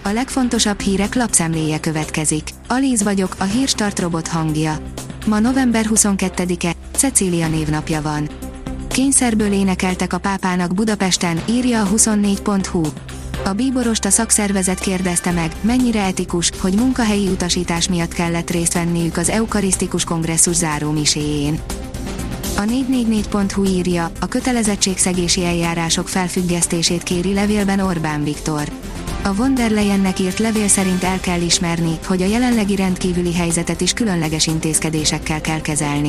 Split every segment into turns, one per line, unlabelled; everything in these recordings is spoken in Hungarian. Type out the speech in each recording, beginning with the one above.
A legfontosabb hírek lapszemléje következik. Alíz vagyok, a Hírstart robot hangja. Ma november 22-e, Cecília névnapja van. Kényszerből énekeltek a pápának Budapesten, írja a 24.hu. A bíborost a szakszervezet kérdezte meg, mennyire etikus, hogy munkahelyi utasítás miatt kellett részt venniük az eukarisztikus kongresszus zárómiséjén. A 444.hu írja, a kötelezettségszegési eljárások felfüggesztését kéri levélben Orbán Viktor. A von der Leyennek írt levél szerint el kell ismerni, hogy a jelenlegi rendkívüli helyzetet is különleges intézkedésekkel kell kezelni.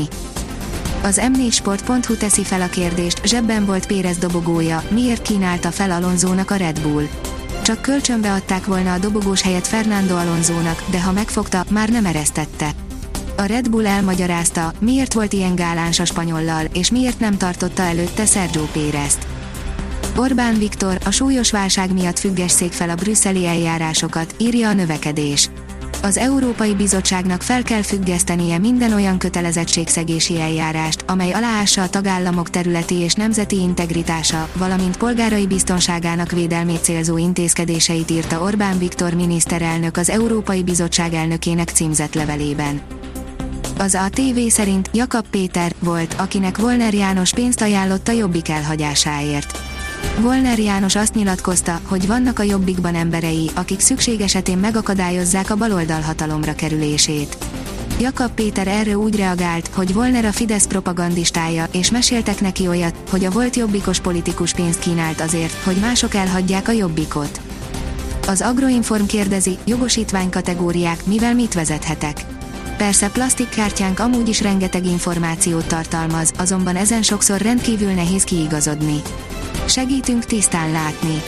Az m4sport.hu teszi fel a kérdést, zsebben volt Pérez dobogója, miért kínálta fel Alonsónak a Red Bull. Csak kölcsönbe adták volna a dobogós helyet Fernando Alonsónak, de ha megfogta, már nem eresztette. A Red Bull elmagyarázta, miért volt ilyen gáláns a spanyollal, és miért nem tartotta előtte Sergio Pérezt. Orbán Viktor, a súlyos válság miatt függesszék fel a brüsszeli eljárásokat, írja a Növekedés. Az Európai Bizottságnak fel kell függesztenie minden olyan kötelezettségszegési eljárást, amely aláássa a tagállamok területi és nemzeti integritása, valamint polgárai biztonságának védelmét célzó intézkedéseit, írta Orbán Viktor miniszterelnök az Európai Bizottság elnökének címzett levelében. Az ATV szerint Jakab Péter volt, akinek Volner János pénzt ajánlott a Jobbik elhagyásáért. Volner János azt nyilatkozta, hogy vannak a Jobbikban emberei, akik szükség esetén megakadályozzák a baloldal hatalomra kerülését. Jakab Péter erre úgy reagált, hogy Volner a Fidesz propagandistája, és meséltek neki olyat, hogy a volt jobbikos politikus pénzt kínált azért, hogy mások elhagyják a Jobbikot. Az Agroinform kérdezi, jogosítvány kategóriák, mivel mit vezethetek? Persze plastikkártyánk amúgy is rengeteg információt tartalmaz, azonban ezen sokszor rendkívül nehéz kiigazodni. Segítünk tisztán látni.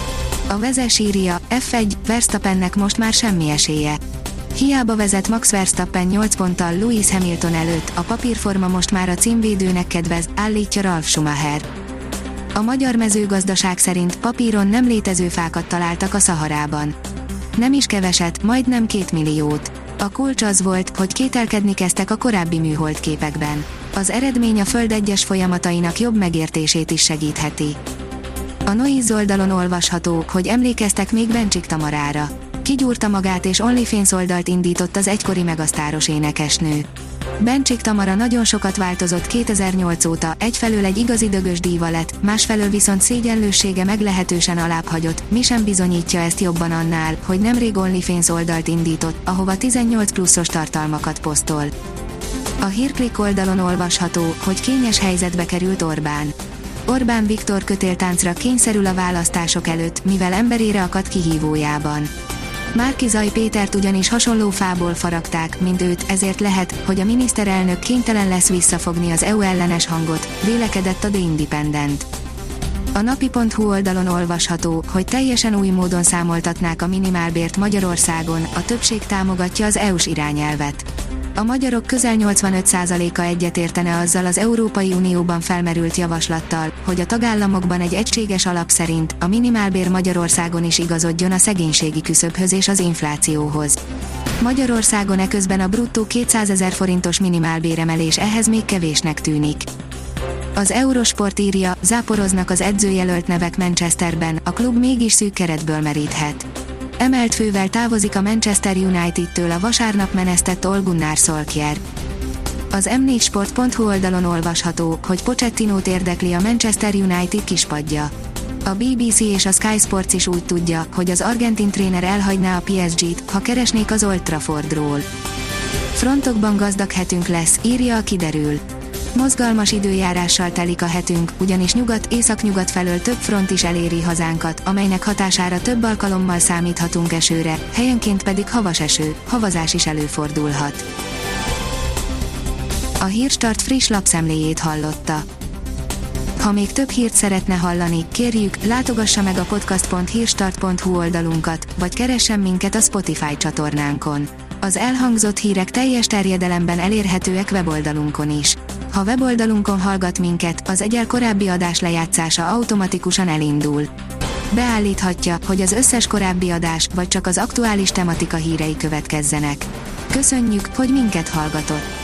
A Vezes írja, F1, Verstappennek most már semmi esélye. Hiába vezet Max Verstappen 8 ponttal Lewis Hamilton előtt, a papírforma most már a címvédőnek kedvez, állítja Ralf Schumacher. A magyar mezőgazdaság szerint papíron nem létező fákat találtak a Szaharában. Nem is keveset, majdnem 2 milliót. A kulcs az volt, hogy kételkedni kezdtek a korábbi műholdképekben. Az eredmény a Föld egyes folyamatainak jobb megértését is segítheti. A Noiz oldalon olvasható, hogy emlékeztek még Bencsik Tamarára. Kigyúrta magát és OnlyFans oldalt indított az egykori megasztáros énekesnő. Bencsik Tamara nagyon sokat változott 2008 óta, egyfelől egy igazi dögös díva lett, másfelől viszont szégyenlőssége meglehetősen alábbhagyott, mi sem bizonyítja ezt jobban annál, hogy nemrég OnlyFans oldalt indított, ahova 18 pluszos tartalmakat posztol. A Hírklik oldalon olvasható, hogy kényes helyzetbe került Orbán. Orbán Viktor kötéltáncra kényszerül a választások előtt, mivel emberére akadt kihívójában. Márki-Zay Pétert ugyanis hasonló fából faragták, mint őt, ezért lehet, hogy a miniszterelnök kénytelen lesz visszafogni az EU ellenes hangot, vélekedett a The Independent. A napi.hu oldalon olvasható, hogy teljesen új módon számoltatnák a minimálbért Magyarországon, a többség támogatja az EU-s irányelvet. A magyarok közel 85%-a egyetértene azzal az Európai Unióban felmerült javaslattal, hogy a tagállamokban egy egységes alap szerint a minimálbér Magyarországon is igazodjon a szegénységi küszöbhöz és az inflációhoz. Magyarországon eközben a bruttó 200 000 forintos minimálbéremelés ehhez még kevésnek tűnik. Az Eurosport írja, záporoznak az edzőjelölt nevek Manchesterben, a klub mégis szűk keretből meríthet. Emelt fővel távozik a Manchester United-től a vasárnap menesztett Ole Gunnar Solskjaer. Az m4sport.hu oldalon olvasható, hogy Pochettinót érdekli a Manchester United kispadja. A BBC és a Sky Sports is úgy tudja, hogy az argentin tréner elhagyná a PSG-t, ha keresnék az Old Traffordról. Frontokban gazdag hetünk lesz, írja a Kiderül. Mozgalmas időjárással telik a hetünk, ugyanis északnyugat felől több front is eléri hazánkat, amelynek hatására több alkalommal számíthatunk esőre, helyenként pedig havas eső, havazás is előfordulhat. A Hírstart friss lapszemléjét hallotta. Ha még több hírt szeretne hallani, kérjük, látogassa meg a podcast.hírstart.hu oldalunkat, vagy keressen minket a Spotify csatornánkon. Az elhangzott hírek teljes terjedelemben elérhetőek weboldalunkon is. Ha weboldalunkon hallgat minket, az egyel korábbi adás lejátszása automatikusan elindul. Beállíthatja, hogy az összes korábbi adás, vagy csak az aktuális tematika hírei következzenek. Köszönjük, hogy minket hallgatott!